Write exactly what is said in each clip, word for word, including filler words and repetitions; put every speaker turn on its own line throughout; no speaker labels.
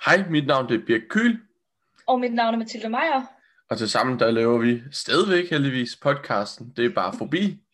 Hej, mit navn det er Birk Kyhl,
Og mit navn er Mathilde Meier.
og tilsammen der laver vi stadigvæk heldigvis podcasten. Det er bare forbi.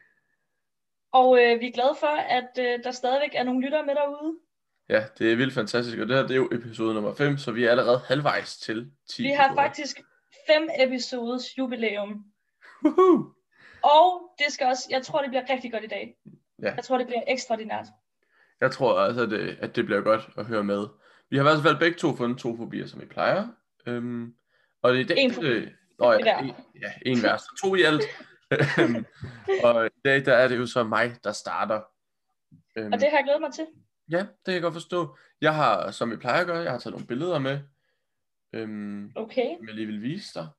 Og øh, vi er glade for, at øh, der stadigvæk er nogle lyttere med derude.
Ja, det er vildt fantastisk, og det her det er jo episode nummer fem, så vi er allerede halvvejs til ti
Vi har
episoder.
faktisk fem episodes jubilæum.
Woohoo!
Og det skal også, jeg tror det bliver rigtig godt i dag.
Ja.
Jeg tror det bliver ekstraordinært.
Jeg tror altså, at det, at det bliver godt at høre med. Vi har i hvert fald begge to fundet to fobier, som vi plejer. Øhm, og det er
En
det,
fobi.
det, Nå ja,
Det der.
en, ja, en hver, så to i alt. Øhm, og i dag der er det jo så mig, der starter. Øhm,
Og det har jeg glædet mig til.
Ja, det kan jeg godt forstå. Jeg har, som vi plejer at gøre, jeg har taget nogle billeder med, øhm,
Okay,
som jeg lige vil vise dig.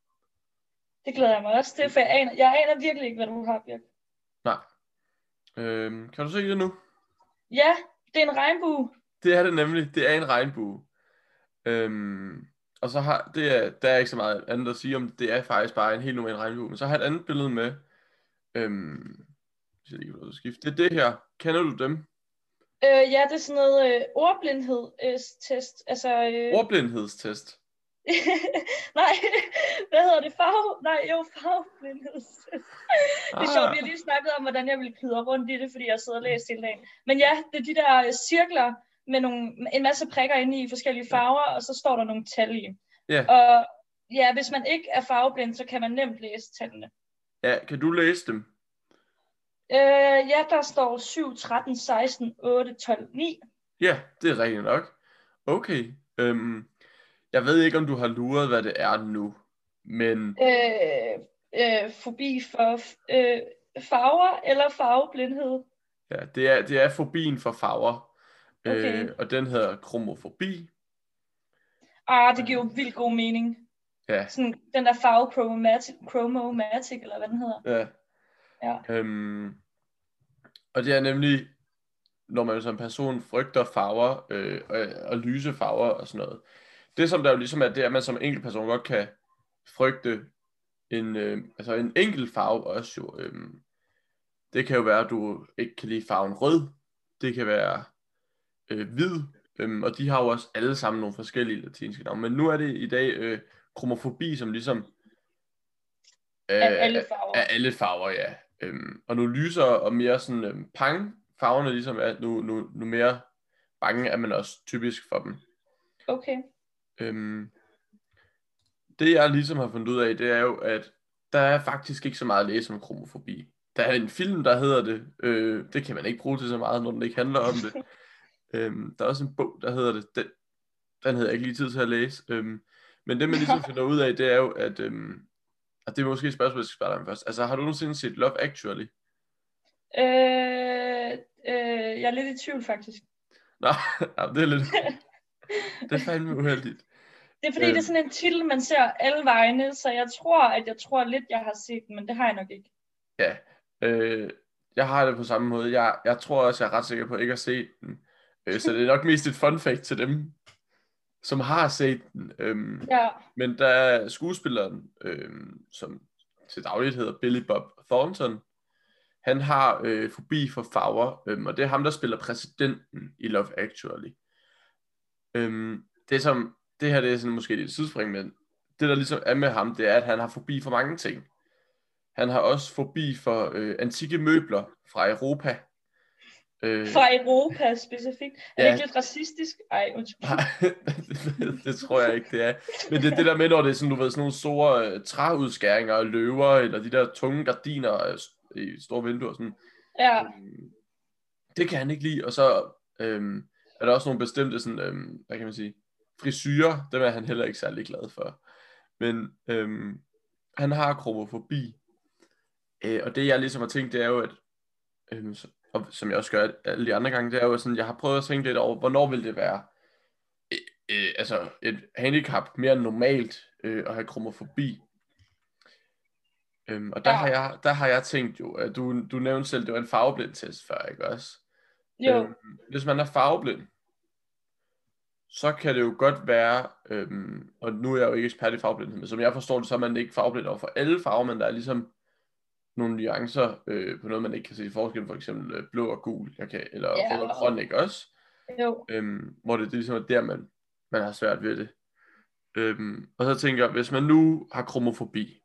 det glæder jeg mig også til, for jeg aner, jeg aner virkelig ikke, hvad du har, Birk.
Nej. Øhm, kan du se det nu?
Ja, det er en regnbue.
Det er det nemlig. Det er en regnbue. Øhm, og så har, det er, der er ikke så meget andet at sige om det. Det er faktisk bare en helt normal regnbue. Men så har jeg et andet billede med. Øhm, hvis jeg lige kan få lov til at skifte. Det er det her. Kender du dem?
Øh, ja, det er sådan noget øh, ordblindhed-test. Altså, øh...
Ordblindhedstest.
Nej, hvad hedder det? Farve? Nej, jo, farveblindhedstest. Det er sjovt, vi har lige snakket om, hvordan jeg ville kludre rundt i det, fordi jeg sidder og læser hele dagen. Men ja, det er de der øh, cirkler med nogle, en masse prikker inde i forskellige farver, og så står der nogle tal i.
Ja.
Og ja, hvis man ikke er farveblind, så kan man nemt læse tallene.
Ja, kan du læse dem?
Øh, ja, der står syv, tretten, seksten, otte, tolv, ni.
Ja, det er rigtigt nok. Okay. Øhm, jeg ved ikke, om du har luret, hvad det er nu, men
Øh, øh, fobi for øh, farver eller farveblindhed.
ja, det er, det er fobien for farver,
Okay.
øh, og den hedder kromofobi.
Ah, det giver jo vildt god mening.
Ja,
Sådan den der farve chromomatic, chromomatic, eller hvad den hedder.
ja.
Ja.
Øhm, og det er nemlig, når man som person frygter farver øh, og, og lyse farver og sådan noget. Det som der jo ligesom er, det er, at man som enkelt person godt kan frygte en, øh, altså en enkelt farve også jo. Øh, det kan jo være, at du ikke kan lide farven rød. Det kan være øh, hvid. Øh, og de har jo også alle sammen nogle forskellige latinske navne. Men nu er det i dag øh, kromofobi, som ligesom øh,
Af alle farver.
af alle farver, ja. Øh, og nu lyser og mere sådan øh, pang farverne ligesom er, nu, nu, nu mere bange er man også typisk for dem.
Okay.
Øhm, det jeg ligesom har fundet ud af, det er jo, at der er faktisk ikke så meget at læse om kromofobi. Der er en film, der hedder det. Øh, det kan man ikke bruge til så meget, når den ikke handler om det. øhm, der er også en bog, der hedder det. Den, den havde jeg ikke lige tid til at læse. Øhm, men det man ligesom finder ud af, det er jo, at øhm, og det er måske et spørgsmål, jeg skal spørge dig om først. Altså, har du nogensinde set Love Actually?
Øh, øh, jeg er lidt i tvivl, faktisk.
Nå, det er lidt... Det er fandme uheldigt.
Det er fordi, øhm. det er sådan en titel, man ser alle vegne, så jeg tror, at jeg tror lidt, jeg har set den, men det har jeg nok ikke.
Ja, øh, jeg har det på samme måde. Jeg, jeg tror også, jeg er ret sikker på ikke at se den. Øh, så det er nok mest et fun fact til dem, som har set den. Øhm,
ja.
Men der er skuespilleren, øhm, som til dagligt hedder Billy Bob Thornton. Han har øh, fobi for farver, øhm, og det er ham, der spiller præsidenten i Love Actually. Øhm, det, som, det her det er sådan måske lidt sidespring, men det der ligesom er med ham, det er, at han har fobi for mange ting. Han har også fobi for øh, antikke møbler fra Europa.
Øh, fra Europa specifikt? Er ja. det ikke lidt racistisk? Ej, undskyld.
det, det tror jeg ikke, det er. Men det er det der med, når det er sådan, du ved, sådan nogle store øh, træudskæringer og løver, eller de der tunge gardiner øh, i store vinduer. Sådan.
Ja.
Øhm, det kan han ikke lide. Og så øhm, er der også nogle bestemte, sådan, øhm, hvad kan man sige, frisyrer. Dem er han heller ikke særlig glad for. Men øhm, han har kromofobi. Øh, og det jeg ligesom har tænkt, det er jo, at øhm, og som jeg også gør alle de andre gange, det er jo sådan, jeg har prøvet at tænke lidt over, hvornår vil det være øh, øh, altså et handicap mere normalt øh, at have kromofobi. Øhm, og der, ja. har jeg, der har jeg tænkt jo, at du, du nævnte selv, det var en farveblindtest før, ikke også?
Jo.
Øhm, hvis man er farveblind, så kan det jo godt være, øhm, og nu er jeg jo ikke ekspert i farveblindhed, men som jeg forstår det, så er man ikke farveblind over for alle farver, men der er ligesom nogle nuancer øh, på noget, man ikke kan se forskel, for eksempel øh, blå og gul, jeg kan, eller yeah. rød og grøn, ikke også?
Jo.
Øhm, hvor det, det ligesom er der, man, man har svært ved det. Øhm, og så tænker jeg, hvis man nu har kromofobi,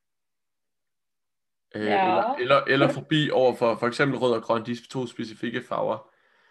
øh,
Ja.
eller, eller, eller fobi over for for eksempel rød og grøn, de to specifikke farver.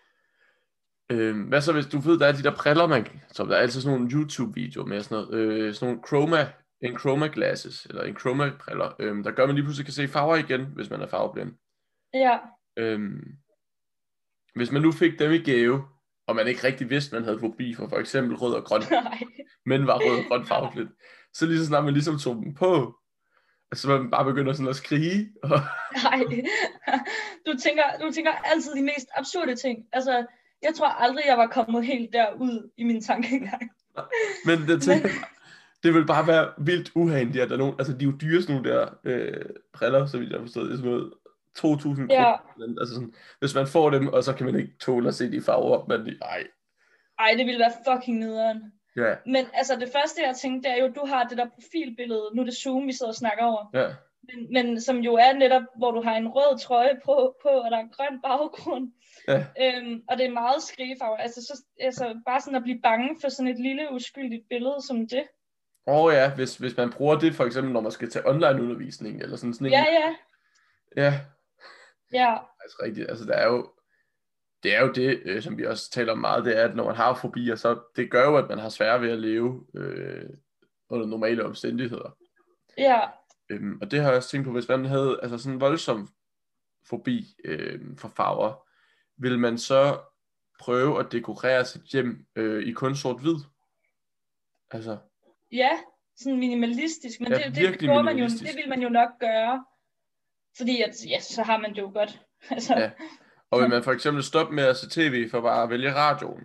Øh, hvad så hvis du ved, der er de der briller, man, som der er altid sådan nogle YouTube-videoer med sådan noget, øh, sådan nogle chroma, en chroma glasses, eller en chroma briller, øh, der gør, man lige pludselig kan se farver igen, hvis man er farveblind.
Ja.
Øh, hvis man nu fik dem i gave, og man ikke rigtig vidste, man havde fobi for for eksempel rød og grøn, men var rød og grøn farveblind, så lige så snart man ligesom tog dem på, så man bare begynder sådan at skrige. Og
Nej, du tænker, du tænker altid de mest absurde ting. Altså, jeg tror aldrig, jeg var kommet helt derud i min tankegang.
Men det tænker jeg, det vil bare være vildt uhandigt, at der er nogen, altså de er jo dyre sådan nogle der øh, briller, så vidt jeg har forstået, det er sådan noget to tusind
Ja.
kroner. Altså sådan, hvis man får dem, og så kan man ikke tåle at se de farver, men de, ej.
Ej, det ville være fucking nederen.
Ja.
Men altså, det første jeg tænkte, det er jo, du har det der profilbillede, nu er det Zoom, vi sidder og snakker over.
Ja.
Men, men som jo er netop, hvor du har en rød trøje på, på og der er en grøn baggrund.
Ja.
Øhm, og det er meget skrigefarver. Altså, så, altså, bare sådan at blive bange for sådan et lille uskyldigt billede som det.
Åh oh ja, hvis, hvis man bruger det for eksempel, når man skal tage online undervisning, eller sådan sådan en.
Ja, ja.
Ja.
Ja.
Altså rigtigt, altså der er jo, det er jo det, øh, som vi også taler om meget, det er, at når man har fobier, så det gør jo, at man har svært ved at leve øh, under normale omstændigheder.
Ja.
Øhm, og det har jeg også tænkt på, hvis man havde altså sådan en voldsom fobi øh, for farver, vil man så prøve at dekorere sit hjem øh, i kun sort-hvid? Altså.
Ja, sådan minimalistisk, men
ja,
det, det, det, man jo, det vil man jo nok gøre, fordi at, ja, så har man det jo godt. Altså.
Ja. Og vil man for eksempel stoppe med at se tv for bare at vælge radioen?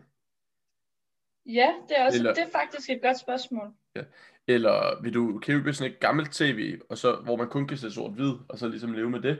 Ja, det er, også,
Eller,
det er faktisk et godt spørgsmål.
Ja. Eller vil du købe sådan et gammelt tv, og så, hvor man kun kan se sort-hvid, og så ligesom leve med det?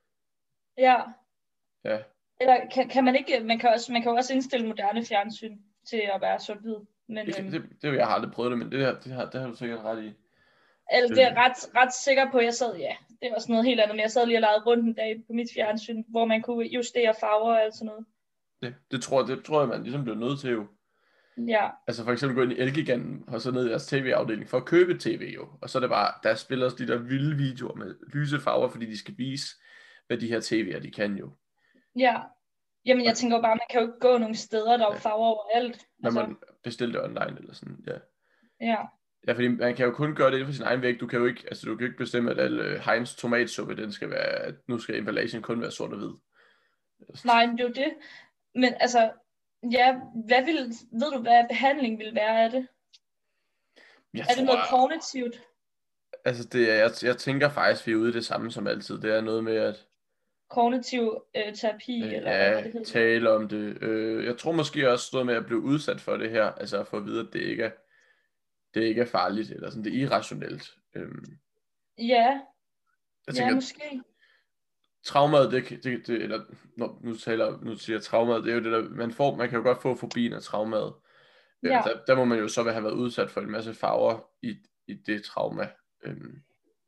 Ja.
Ja.
Eller kan, kan man ikke, man kan, også, man kan jo også indstille moderne fjernsyn til at være sort-hvid. Men,
Det,
øhm,
det, det, jeg har aldrig prøvet det, men det, her, det, her, det har du sikkert ret i.
Altså, det er jeg ret, ret sikker på, jeg sad, ja, det var sådan noget helt andet, men jeg sad lige og legede rundt en dag på mit fjernsyn, hvor man kunne justere farver og alt sådan noget.
Det, det, tror, det tror jeg, man ligesom bliver nødt til jo.
Ja.
Altså for eksempel gå ind i Elgiganten, og så ned i deres tv-afdeling for at købe tv jo. Og så er det bare, der spiller de der vilde videoer med lyse farver, fordi de skal vise, hvad de her tv'er, de kan jo.
Ja. Jamen jeg tænker jo bare, man kan jo ikke gå nogle steder, der er ja. farver overalt.
Når altså. man bestiller det online eller sådan, ja.
Ja.
Ja, fordi man kan jo kun gøre det inden for sin egen væg. Du kan jo ikke, altså du kan jo ikke bestemme, at alle Heinz tomatsuppe, den skal være, at nu skal emballagen kun være sort og hvid.
Nej, det er jo det. Men altså, ja, hvad vil, ved du, hvad behandling vil være af det?
Jeg
er
tror,
det noget kognitivt?
Altså, det er, jeg, jeg tænker faktisk, vi er ude i det samme som altid. Det er noget med, at
kognitiv øh, terapi,
øh,
eller
ja,
hvad det hedder.
tale om det. Øh, jeg tror måske også noget med at blive udsat for det her, altså at få at vide, at det ikke er, det ikke er farligt, eller sådan, det er irrationelt. Øhm,
ja,
jeg tænker,
ja, måske.
Traumet, det, det, det eller nu, nu taler nu siger jeg traumet, det er jo det der, man får, man kan jo godt få fobien af traumet.
Ja.
Øh, der, der må man jo så have været udsat for en masse farver i, i det trauma. Øhm,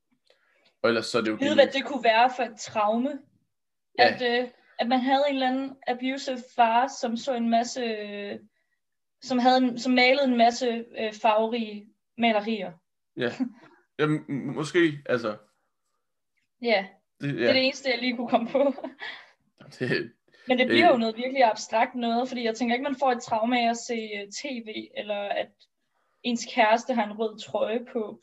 og ellers så er det jo
Jeg ved, hvad det kunne være for et traume.
Ja.
At, øh, at man havde en eller anden abusive far, som så en masse, øh, som, havde en, som malede en masse øh, farverige malerier.
Ja, Jamen, måske, altså.
Ja, det, ja. det er det eneste, jeg lige kunne komme på.
det,
Men det bliver øh, jo noget virkelig abstrakt noget, fordi jeg tænker ikke, man får et traume af at se uh, tv, eller at ens kæreste har en rød trøje på.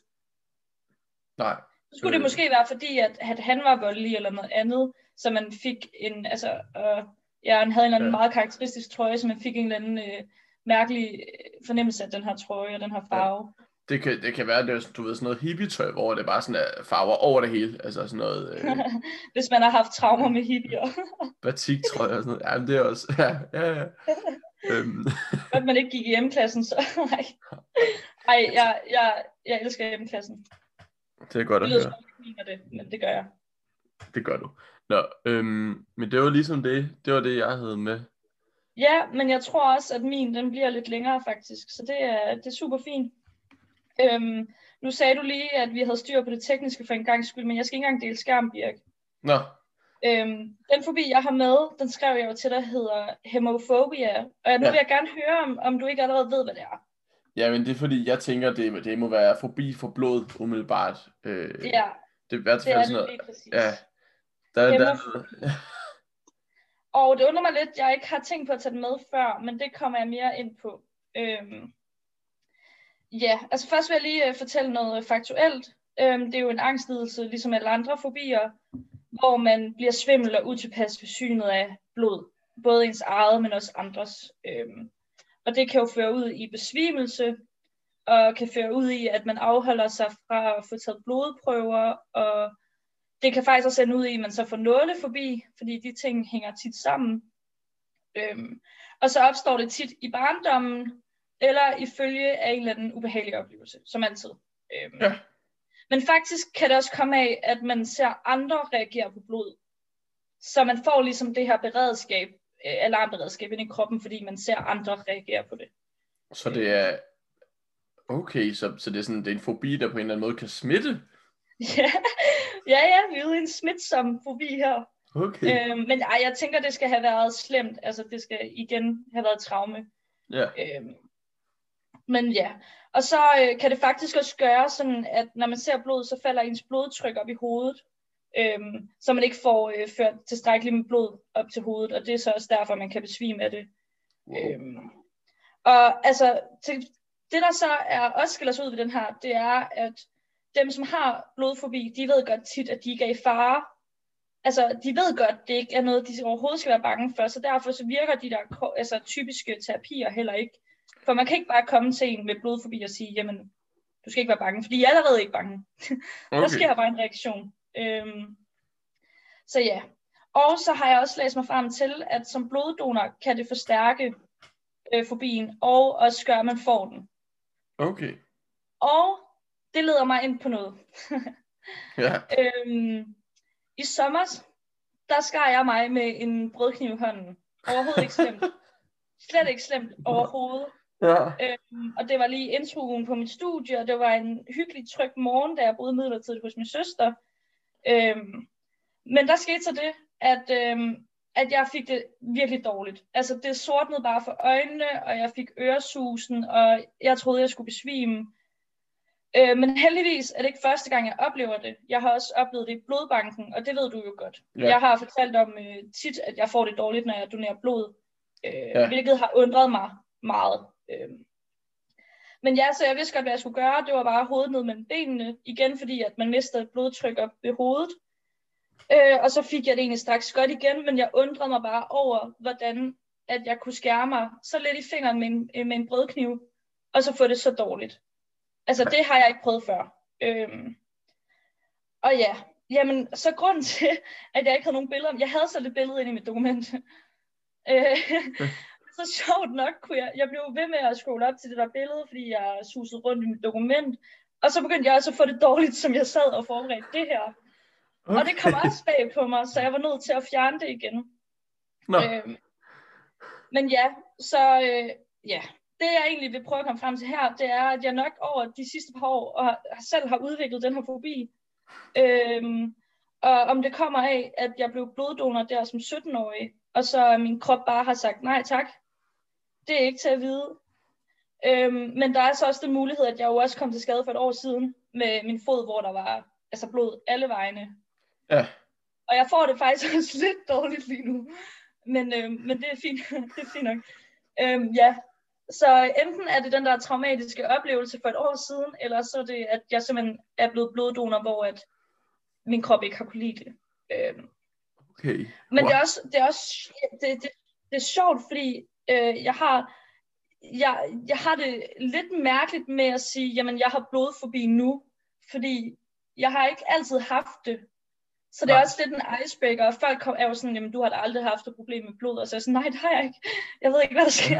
Nej.
Så skulle øh, det måske være fordi, at, at han var voldelig eller noget andet, så man fik en, altså, øh, ja, han havde en eller anden ja. meget karakteristisk trøje, så man fik en eller anden øh, mærkelig fornemmelse af den her trøje og den her farve. Ja.
Det kan, det kan være, det er, du ved, sådan noget hippie-tøj, hvor det bare sådan er farver over det hele. Altså sådan noget... Øh,
hvis man har haft traumer med hippier.
batik-trøj og sådan noget. Ja, men det er også... Ja, ja, ja. øhm.
At man ikke gik i hjemmeklassen, så... Nej, Ej, jeg, jeg, jeg elsker hjemmeklassen.
Det er godt at
høre.
Det
lyder det, men det gør jeg.
Det gør du. Nå, øhm, men det var ligesom det. Det var det, jeg havde med.
Ja, men jeg tror også, at min, den bliver lidt længere faktisk. Så det er, det er super fint. Øhm, nu sagde du lige, at vi havde styr på det tekniske for en gang skyld, men jeg skal ikke engang dele skærm, Birk.
Nå.
Øhm, den fobi, jeg har med, den skrev jeg jo til dig, hedder hemofobia. Og nu ja. vil jeg gerne høre, om, om du ikke allerede ved, hvad det er.
Ja, men det er fordi, jeg tænker, det, det må være fobi for blod, umiddelbart. Øh,
Ja,
det er i hvert
det
fald
er
sådan
det
noget.
lige
Ja,
præcis.
der, der,
Hemofobi. Og det undrer mig lidt, jeg ikke har tænkt på at tage det med før, men det kommer jeg mere ind på. Øhm, ja, altså først vil jeg lige uh, fortælle noget faktuelt. Øhm, det er jo en angstlidelse, ligesom alle andre fobier, hvor man bliver svimmel og utilpas ved synet af blod. Både ens eget, men også andres. Øhm, og det kan jo føre ud i besvimelse, og kan føre ud i, at man afholder sig fra at få taget blodprøver, og det kan faktisk også ende ud i, at man så får nålefobi, fordi de ting hænger tit sammen. Øhm, og så opstår det tit i barndommen, eller ifølge af en eller anden ubehagelig oplevelse, som altid. Øhm,
ja.
Men faktisk kan det også komme af, at man ser andre reagere på blod. Så man får ligesom det her beredskab, alarmberedskab ind i kroppen, fordi man ser andre reagere på det.
Så det er, okay, så, så det er sådan, det er en fobi, der på en eller anden måde kan smitte?
Ja, ja, ja, vi er ude i en smitsom fobi her.
Okay.
Øhm, men ej, jeg tænker, det skal have været slemt. Altså, det skal igen have været traume.
Ja.
Øhm, men ja, og så øh, kan det faktisk også gøre sådan, at når man ser blod, så falder ens blodtryk op i hovedet. Øhm, så man ikke får øh, ført tilstrækkeligt med blod op til hovedet, og det er så også derfor, man kan besvime af det.
Wow.
Øhm, og altså, til, det der så er også skiller sig ud ved den her, det er, at dem, som har blodfobi, de ved godt tit, at de ikke er i fare. Altså, de ved godt, det ikke er noget, de overhovedet skal være bange for, så derfor så virker de der altså, typiske terapier heller ikke. For man kan ikke bare komme til en med blodfobi og sige, jamen, du skal ikke være bange, fordi jeg er allerede ikke bange. Okay. Der sker bare en reaktion. Øhm, så ja. Og så har jeg også læst mig frem til, at som bloddonor kan det forstærke øh, fobien, og også gøre, at man får den.
Okay.
Og det leder mig ind på noget.
Ja.
øhm, I sommer, der skar jeg mig med en brødkniv i hånden. Overhovedet ikke slemt. Slet ikke slemt overhovedet.
Ja.
Øhm, og det var lige introen på mit studie, og det var en hyggelig tryg morgen, da jeg boede midlertidigt hos min søster. Øhm, men der skete så det, at, øhm, at jeg fik det virkelig dårligt. Altså det sortnede bare for øjnene, og jeg fik øresusen, og jeg troede, jeg skulle besvime. Øh, men heldigvis er det ikke første gang, jeg oplever det. Jeg har også oplevet det i blodbanken, og det ved du jo godt. Ja. Jeg har fortalt om øh, tit, at jeg får det dårligt, når jeg donerer blod, øh, ja. Hvilket har undret mig meget. Øh. Men ja, så jeg vidste godt, hvad jeg skulle gøre. Det var bare hovedet ned mellem benene, igen fordi, at man mistede et blodtryk op ved hovedet. Øh, og så fik jeg det egentlig straks godt igen, men jeg undrede mig bare over, hvordan at jeg kunne skære mig så lidt i fingeren med en, med en brødkniv, og så få det så dårligt. Altså, det har jeg ikke prøvet før. Øhm, og ja, jamen, så grunden til, at jeg ikke havde nogen billeder, jeg havde så lidt billede inde i mit dokument. øh, så sjovt nok kunne jeg, jeg blev ved med at scrolle op til det der billede, fordi jeg susede rundt i mit dokument, og så begyndte jeg også at få det dårligt, som jeg sad og forberedte det her. Okay. Og det kom også bag på mig, så jeg var nødt til at fjerne det igen.
Nå.
Øhm, men ja, så øh, ja. Det jeg egentlig vil prøve at komme frem til her, det er, at jeg nok over de sidste par år og selv har udviklet den her fobi. Øhm, og om det kommer af, at jeg blev bloddonor der som sytten-årig, og så min krop bare har sagt nej tak. Det er ikke til at vide. Øhm, men der er så også den mulighed, at jeg jo også kom til skade for et år siden med min fod, hvor der var altså blod alle vegne.
Ja.
Og jeg får det faktisk også lidt dårligt lige nu. Men, øhm, men det er fint, det er fint nok. Øhm, ja. Så enten er det den der traumatiske oplevelse for et år siden, eller så er det, at jeg simpelthen er blevet bloddonor, hvor at min krop ikke har kunne lide det. Øhm.
Okay. Wow.
Men det er også, det er, også det, det, det er sjovt, fordi øh, jeg, har, jeg, jeg har det lidt mærkeligt med at sige, jamen jeg har blodfobi nu, fordi jeg har ikke altid haft det. Så det er nej. Også lidt en icebreaker, og folk er jo sådan, jamen du har da aldrig haft et problem med blod, og så er jeg sådan, nej det har jeg ikke, jeg ved ikke hvad der sker.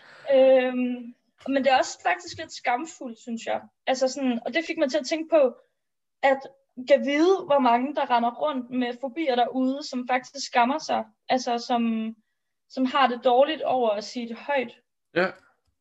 øhm, men det er også faktisk lidt skamfuldt, synes jeg. Altså sådan, og det fik mig til at tænke på, at kan vide, hvor mange der render rundt med fobier derude, som faktisk skammer sig, altså som, som har det dårligt over at sige det højt.
Ja.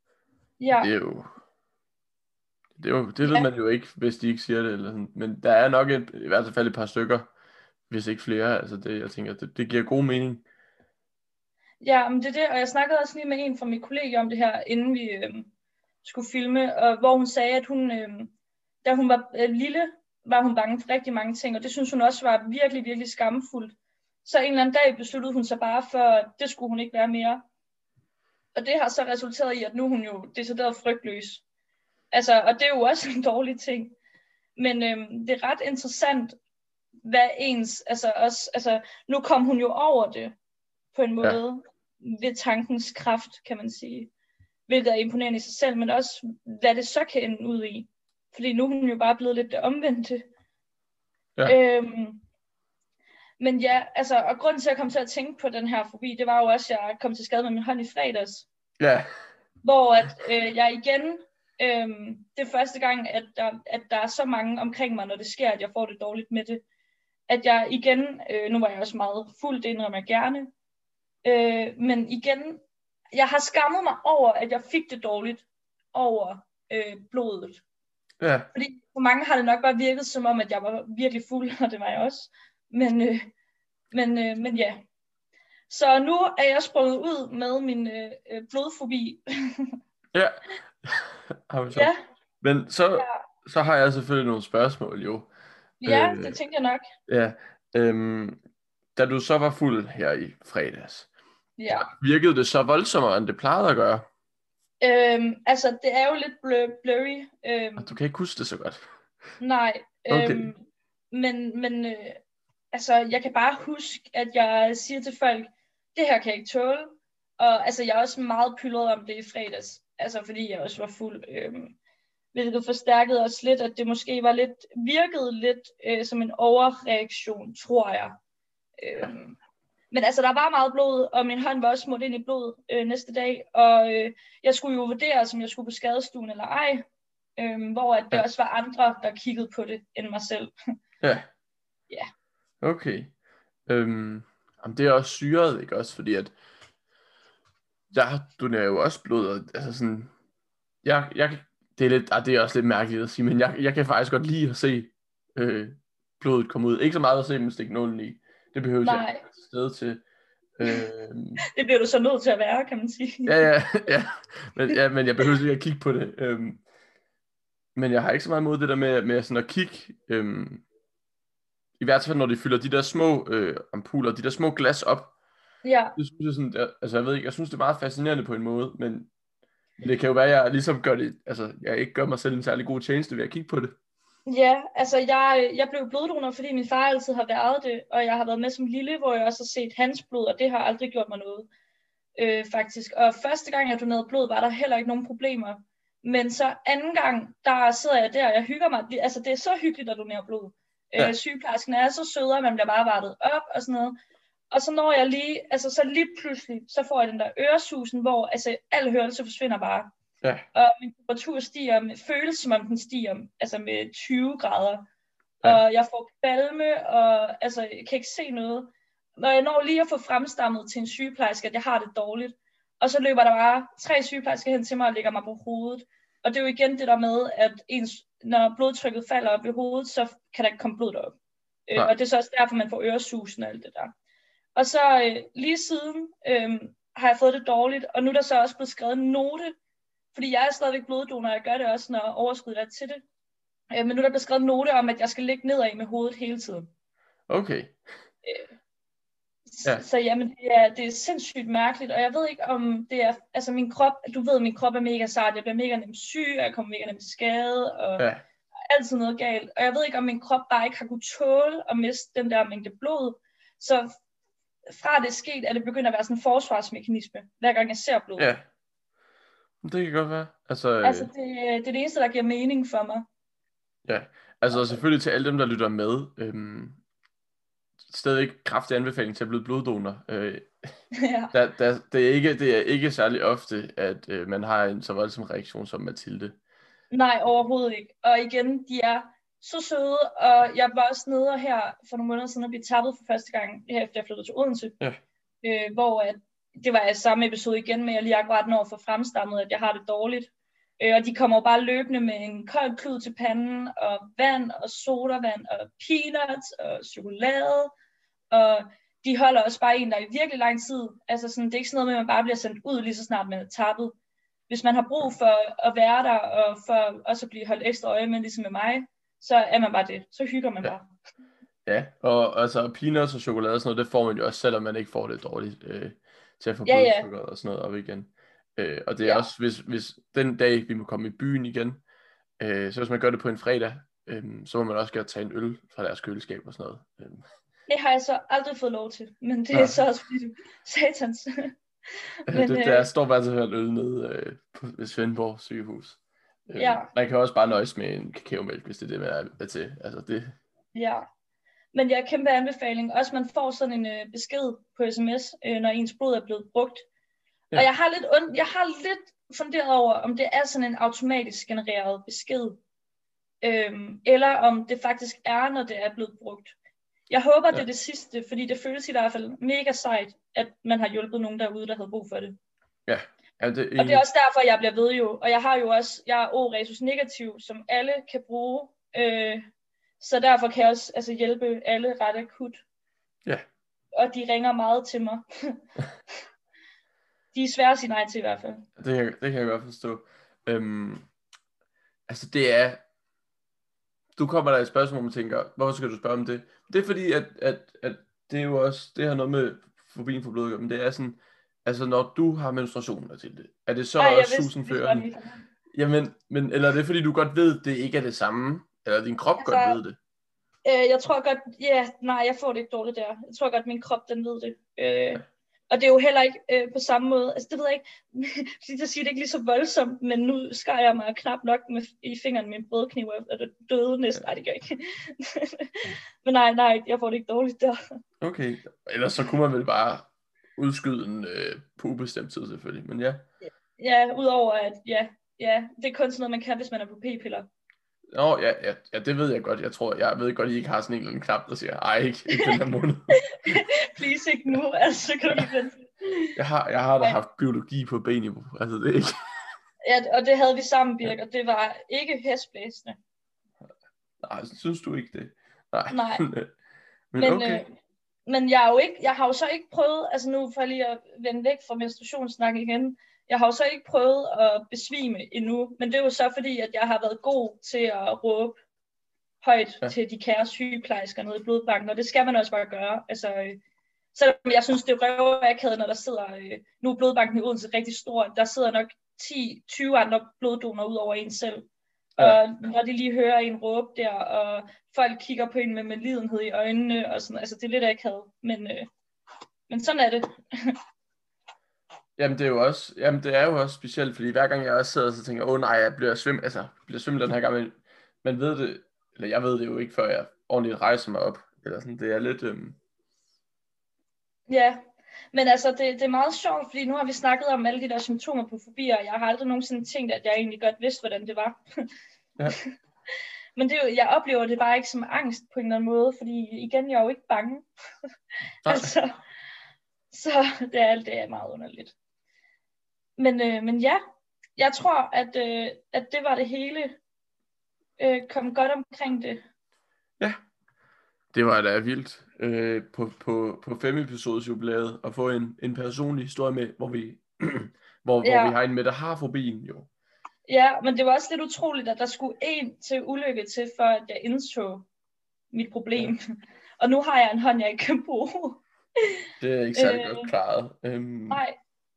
Ja.
Det er jo, det, er jo, det
ja.
ved man jo ikke, hvis de ikke siger det, eller sådan. Men der er nok et, i hvert fald et par stykker, hvis ikke flere, altså det, jeg tænker, det, det giver god mening.
Ja, men det er det, og jeg snakkede også lige med en fra mit kollegie om det her, inden vi, øh, skulle filme, og hvor hun sagde, at hun, øh, da hun var øh, lille, var hun bange for rigtig mange ting, og det synes hun også var virkelig, virkelig skamfuldt. Så en eller anden dag besluttede hun sig bare for, at det skulle hun ikke være mere. Og det har så resulteret i, at nu er hun jo decideret frygtløs. Altså, og det er jo også en dårlig ting. Men øhm, det er ret interessant, hvad ens, altså også, altså, nu kom hun jo over det, på en måde, ja. Ved tankens kraft, kan man sige. Hvilket er imponerende i sig selv, men også, hvad det så kan ende ud i. Fordi nu er hun jo bare blevet lidt det omvendte. Ja. Øhm, men ja, altså, og grunden til, at jeg kom til at tænke på den her fobi, det var jo også, at jeg kom til skade med min hånd i fredags.
Ja.
Hvor at, øh, jeg igen, øh, det er første gang, at der, at der er så mange omkring mig, når det sker, at jeg får det dårligt med det. At jeg igen, øh, nu var jeg også meget fuld, det indrømmer jeg gerne, øh, men igen, jeg har skammet mig over, at jeg fik det dårligt over øh, blodet.
Ja.
Fordi for mange har det nok bare virket som om, at jeg var virkelig fuld, og det var jeg også. Men, øh, men, øh, men ja. Så nu er jeg sprunget ud med min øh, blodfobi.
Ja.
Ja.
Men så, ja. så har jeg selvfølgelig nogle spørgsmål, jo.
Ja, øh, det tænkte jeg nok.
Ja. Øhm, da du så var fuld her i fredags,
ja.
virkede det så voldsommere, end det plejede at gøre?
Øhm, altså, det er jo lidt blur- blurry. Øhm,
du kan ikke huske det så godt?
Nej.
Okay.
Øhm, men men øh, altså, jeg kan bare huske, at jeg siger til folk, det her kan jeg ikke tåle. Og altså, jeg er også meget pylret om det i fredags. Altså, fordi jeg også var fuld. Øhm, hvilket forstærkede også lidt, at det måske var lidt, virkede lidt øh, som en overreaktion, tror jeg. Øhm, men altså, der var meget blod, og min hånd var også smurt ind i blod øh, næste dag. Og øh, jeg skulle jo vurdere, om jeg skulle på skadestuen eller ej. Øh, hvor at det ja. også var andre, der kiggede på det, end mig selv.
Ja.
Ja.
Okay. Øhm, jamen det er også syret, ikke også? Fordi at jeg donerer jo også blod, og altså sådan, jeg, jeg, det er lidt, ah, det er også lidt mærkeligt at sige, men jeg, jeg kan faktisk godt lide at se øh, blodet komme ud. Ikke så meget at se dem stikke nålen i. Det behøver jeg ikke et sted til. Øh,
det bliver du så nødt til at være, kan man sige.
ja, ja, ja. Men, ja, men jeg behøver ikke at kigge på det. Øh, men jeg har ikke så meget imod det der med, med sådan at kigge. Øh, I hvert fald når de fylder de der små øh, ampuller, de der små glas op.
Ja.
Det synes jeg sådan, der, altså jeg ved ikke, jeg synes det er meget fascinerende på en måde, men, men det kan jo være, at jeg ligesom gør det, altså jeg ikke gør mig selv en særlig god tjeneste ved at kigge på det.
Ja, altså jeg, jeg blev bloddonor, fordi min far altid har været det, og jeg har været med som lille, hvor jeg også har set hans blod, og det har aldrig gjort mig noget, øh, faktisk. Og første gang jeg donerede blod, var der heller ikke nogen problemer. Men så anden gang, der sidder jeg der, og jeg hygger mig, altså det er så hyggeligt at donere blod. Ja. Øh, sygeplejersken er så søde, og man bliver bare vartet op og sådan noget. Og så når jeg lige, altså så lige pludselig, så får jeg den der øresusen, hvor altså al hørelse forsvinder bare.
Ja.
Og min temperatur stiger, med, føles som om den stiger, altså med tyve grader.
Ja.
Og jeg får kvalme, og altså jeg kan ikke se noget. Når jeg når lige at få fremstammet til en sygeplejerske, at jeg har det dårligt. Og så løber der bare tre sygeplejersker hen til mig og lægger mig på hovedet. Og det er jo igen det der med, at ens, når blodtrykket falder op i hovedet, så kan der ikke komme blod derop. Øh, og det er så også derfor, man får øresusen og alt det der. Og så øh, lige siden øh, har jeg fået det dårligt, og nu er der så også blevet skrevet en note, fordi jeg er stadigvæk bloddonor, og jeg gør det også, når overskuddet er til det. Øh, men nu er der blevet skrevet en note om, at jeg skal ligge nedad med hovedet hele tiden.
Okay.
Øh,
ja.
Så jamen, det er, det er sindssygt mærkeligt, og jeg ved ikke om det er, altså min krop, du ved, min krop er mega sart, jeg bliver mega nemt syg, og jeg kommer mega nemt til skade, og
ja.
altid noget galt. Og jeg ved ikke, om min krop bare ikke har kunnet tåle at miste den der mængde blod, så fra det er sket, er det begyndt at være sådan en forsvarsmekanisme, hver gang jeg ser blod.
Ja, det kan godt være. Altså,
altså det, det er det eneste, der giver mening for mig.
Ja, altså selvfølgelig til alle dem, der lytter med, øhm, stadig kraftig anbefaling til at blive bloddonor. Øh,
ja.
der, der, det, er ikke, det er ikke særlig ofte, at øh, man har en så voldsom reaktion som Mathilde.
Nej, overhovedet ikke. Og igen, de er så søde, og jeg var også nede her for nogle måneder siden og blev tappet for første gang, her efter jeg flyttede til Odense.
Ja.
Øh, hvor at, det var samme episode igen med, at jeg lige akkurat når for fremstammet, at jeg har det dårligt. Øh, og de kommer jo bare løbende med en kold klud til panden, og vand, og sodavand, og peanuts, og chokolade. Og de holder også bare en der i virkelig lang tid. Altså sådan, det er ikke sådan noget med, at man bare bliver sendt ud lige så snart man er tappet. hvis man har brug for at være der, og for også at blive holdt ekstra øje med, ligesom med mig, så er man bare det. Så hygger man
ja.
bare.
Ja, og altså peanuts og chokolade og sådan noget, det får man jo også, selvom man ikke får det dårligt øh, til at få
Ja, ja.
blodsukker og sådan noget op igen. Øh, og det er
Ja.
også, hvis, hvis den dag, vi må komme i byen igen, øh, så hvis man gør det på en fredag, øh, så må man også gerne tage en øl fra deres køleskab og sådan noget. Øh.
Det har jeg så aldrig fået lov til, men det
Nej.
er så også fordi du satans.
Men,
men,
det,
øh,
der står bare til at høre øl nede øh, på ved Svendborg sygehus. Øh,
ja.
Man kan også bare nøjes med en kakaomælk, hvis det er det, man er, er til. Altså det.
Ja, men jeg er kæmpe anbefaling. Også man får sådan en øh, besked på sms, øh, når ens blod er blevet brugt. Ja. Og jeg har lidt und- jeg har lidt funderet over, om det er sådan en automatisk genereret besked, øhm, eller om det faktisk er, når det er blevet brugt. Jeg håber, ja. det er det sidste, fordi det føles i hvert fald mega sejt, at man har hjulpet nogen derude, der havde brug for det.
Ja. Ja, det er...
Og det er også derfor, jeg bliver ved jo. Og jeg har jo også, jeg er O-resus negativ, som alle kan bruge. Øh, så derfor kan jeg også altså, hjælpe alle ret akut.
Ja.
Og de ringer meget til mig. De er svære at sige nej til i hvert fald.
Det kan, det kan jeg godt forstå. Øhm, altså det er... Du kommer der et spørgsmål, hvor man tænker, hvorfor skal du spørge om det? Det er fordi, at, at, at det er jo også, det har noget med fobien for blod, men det er sådan, altså når du har menstruationer til det, er det så
Ej,
også susenførende?
Vidste,
Jamen, men, eller er det fordi, du godt ved, det ikke er det samme? Eller din krop altså, godt ved det?
Øh, jeg tror godt, ja, nej, jeg får det ikke dårligt der. Jeg tror godt, min krop, den ved det. Øh, ja. Og det er jo heller ikke øh, på samme måde, altså det ved jeg ikke, fordi jeg siger det ikke lige så voldsomt, men nu skar jeg mig knap nok med, i fingrene med en brødkniv, og det døde næsten. Nej, det gør jeg ikke. Men nej, nej, jeg får det ikke dårligt der.
Okay, ellers så kunne man vel bare udskyde den øh, på ubestemt tid selvfølgelig, men ja.
Ja, udover at, ja, ja, det er kun sådan noget, man kan, hvis man er på p-piller.
Nå, ja, ja, ja, det ved jeg godt. Jeg tror, jeg ved godt, I ikke har sådan en eller anden knap, der siger, ej, ikke, ikke den her måned.
Please ikke nu, altså kan du lige vente.
Jeg har, jeg har da haft biologi på B-niveau, altså det er ikke...
Ja, og det havde vi sammen, Birk, og det var ikke hestblæsende.
Nej, synes du ikke det? Nej.
Nej.
Men, men okay. Øh,
men jeg, er jo ikke, jeg har jo så ikke prøvet, altså nu for lige at vende væk fra menstruationssnak igen, jeg har jo så ikke prøvet at besvime endnu, men det er jo så fordi, at jeg har været god til at råbe højt ja. til de kære sygeplejersker nede i blodbanken, og det skal man også bare gøre. Altså, øh, selvom jeg synes, det er røvakavet, når der sidder, øh, nu er blodbanken i Odense rigtig stor, der sidder nok ti til tyve andre bloddonorer ud over en selv. Ja. Og når de lige hører en råbe der, og folk kigger på en med medlidenhed i øjnene, og sådan, altså det er lidt akavet, men, øh, men sådan er det.
Jamen det er jo også, jamen det er jo også specielt, fordi hver gang jeg også sidder, så tænker jeg, åh nej, jeg bliver svim, altså, jeg bliver svimmel den her gang, men man ved det, eller jeg ved det jo ikke, før jeg ordentligt rejser mig op, eller sådan, det er lidt... Øhm...
Ja, men altså, det, det er meget sjovt, fordi nu har vi snakket om alle de der symptomer på fobier, og jeg har aldrig nogensinde tænkt, at jeg egentlig godt vidste, hvordan det var. Ja. Men det er jo, jeg oplever det bare ikke som angst på en eller anden måde, fordi igen, jeg er jo ikke bange. altså, så det er alt det er meget underligt. Men, øh, men ja, jeg tror, at, øh, at det var det hele. Øh, kom godt omkring det.
Ja, det var da vildt øh, på, på, på fem episodes jubilæet at få en, en personlig historie med, hvor vi, hvor, ja. hvor vi har en med, der har fobien jo.
Ja, men det var også lidt utroligt, at der skulle en til ulykke til, for at jeg indså mit problem. Ja. Og nu har jeg en hånd, jeg ikke kan bruge.
Det er ikke særlig øh, godt klaret.
Øhm... Nej.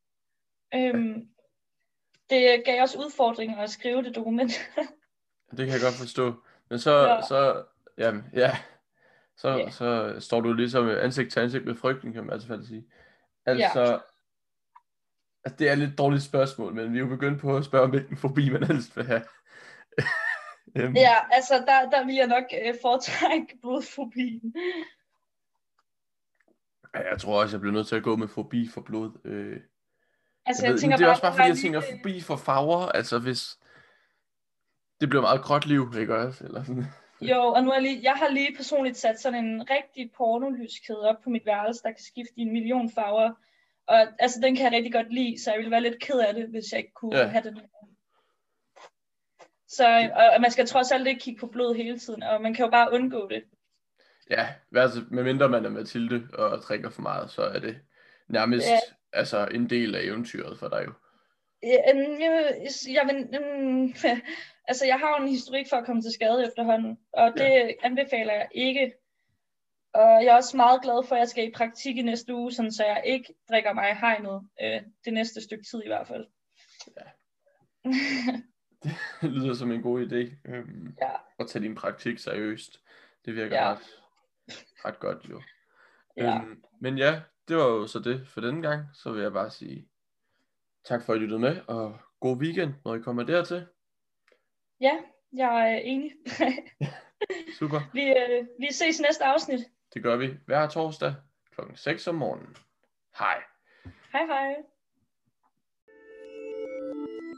Øhm, det gav også udfordringer at skrive det dokument.
Det kan jeg godt forstå. Men så, ja. så, jamen, ja, så, yeah. så står du ligesom ansigt til ansigt med frygten, kan man altså faktisk sige. Altså, ja. altså, det er et lidt dårligt spørgsmål, men vi er jo begyndt på at spørge, hvilken fobi man helst vil have.
um. Ja, altså, der, der vil jeg nok øh, foretrække blodfobien.
Ja, jeg tror også, jeg bliver nødt til at gå med fobi for blod. Øh,
altså,
jeg
jeg
ved,
tænker
det er
bare,
også bare fordi, jeg tænker lige... fobi for farver, altså hvis... Det bliver meget gråt liv, ikke også? Eller sådan.
Jo, og nu er jeg, lige, jeg har lige personligt sat sådan en rigtig pornolyskæde op på mit værelse, der kan skifte i en million farver. Og altså, den kan jeg rigtig godt lide, så jeg ville være lidt ked af det, hvis jeg ikke kunne ja. have den. Så og man skal trods alt ikke kigge på blod hele tiden, og man kan jo bare undgå det.
Ja, altså, medmindre man er Mathilde og drikker for meget, så er det nærmest ja. altså, en del af eventyret for dig jo.
Øh, Jeg, jeg, vil, um, altså, jeg har jo en historik for at komme til skade efterhånden, og det ja. anbefaler jeg ikke. Og jeg er også meget glad for, at jeg skal i praktik i næste uge, sådan, så jeg ikke drikker mig i hegnet øh, det næste stykke tid i hvert fald.
Ja. Det lyder som en god idé. Øhm, ja. At tage din praktik seriøst. Det virker ja. ret, ret godt jo. Ja. Øhm, men ja, det var jo så det for denne gang. Så vil jeg bare sige tak for at I lyttede med, og god weekend, når I kommer dertil.
Ja, jeg er enig.
Super.
Vi, øh, vi ses i næste afsnit.
Det gør vi hver torsdag klokken seks om morgenen. Hej.
Hej hej.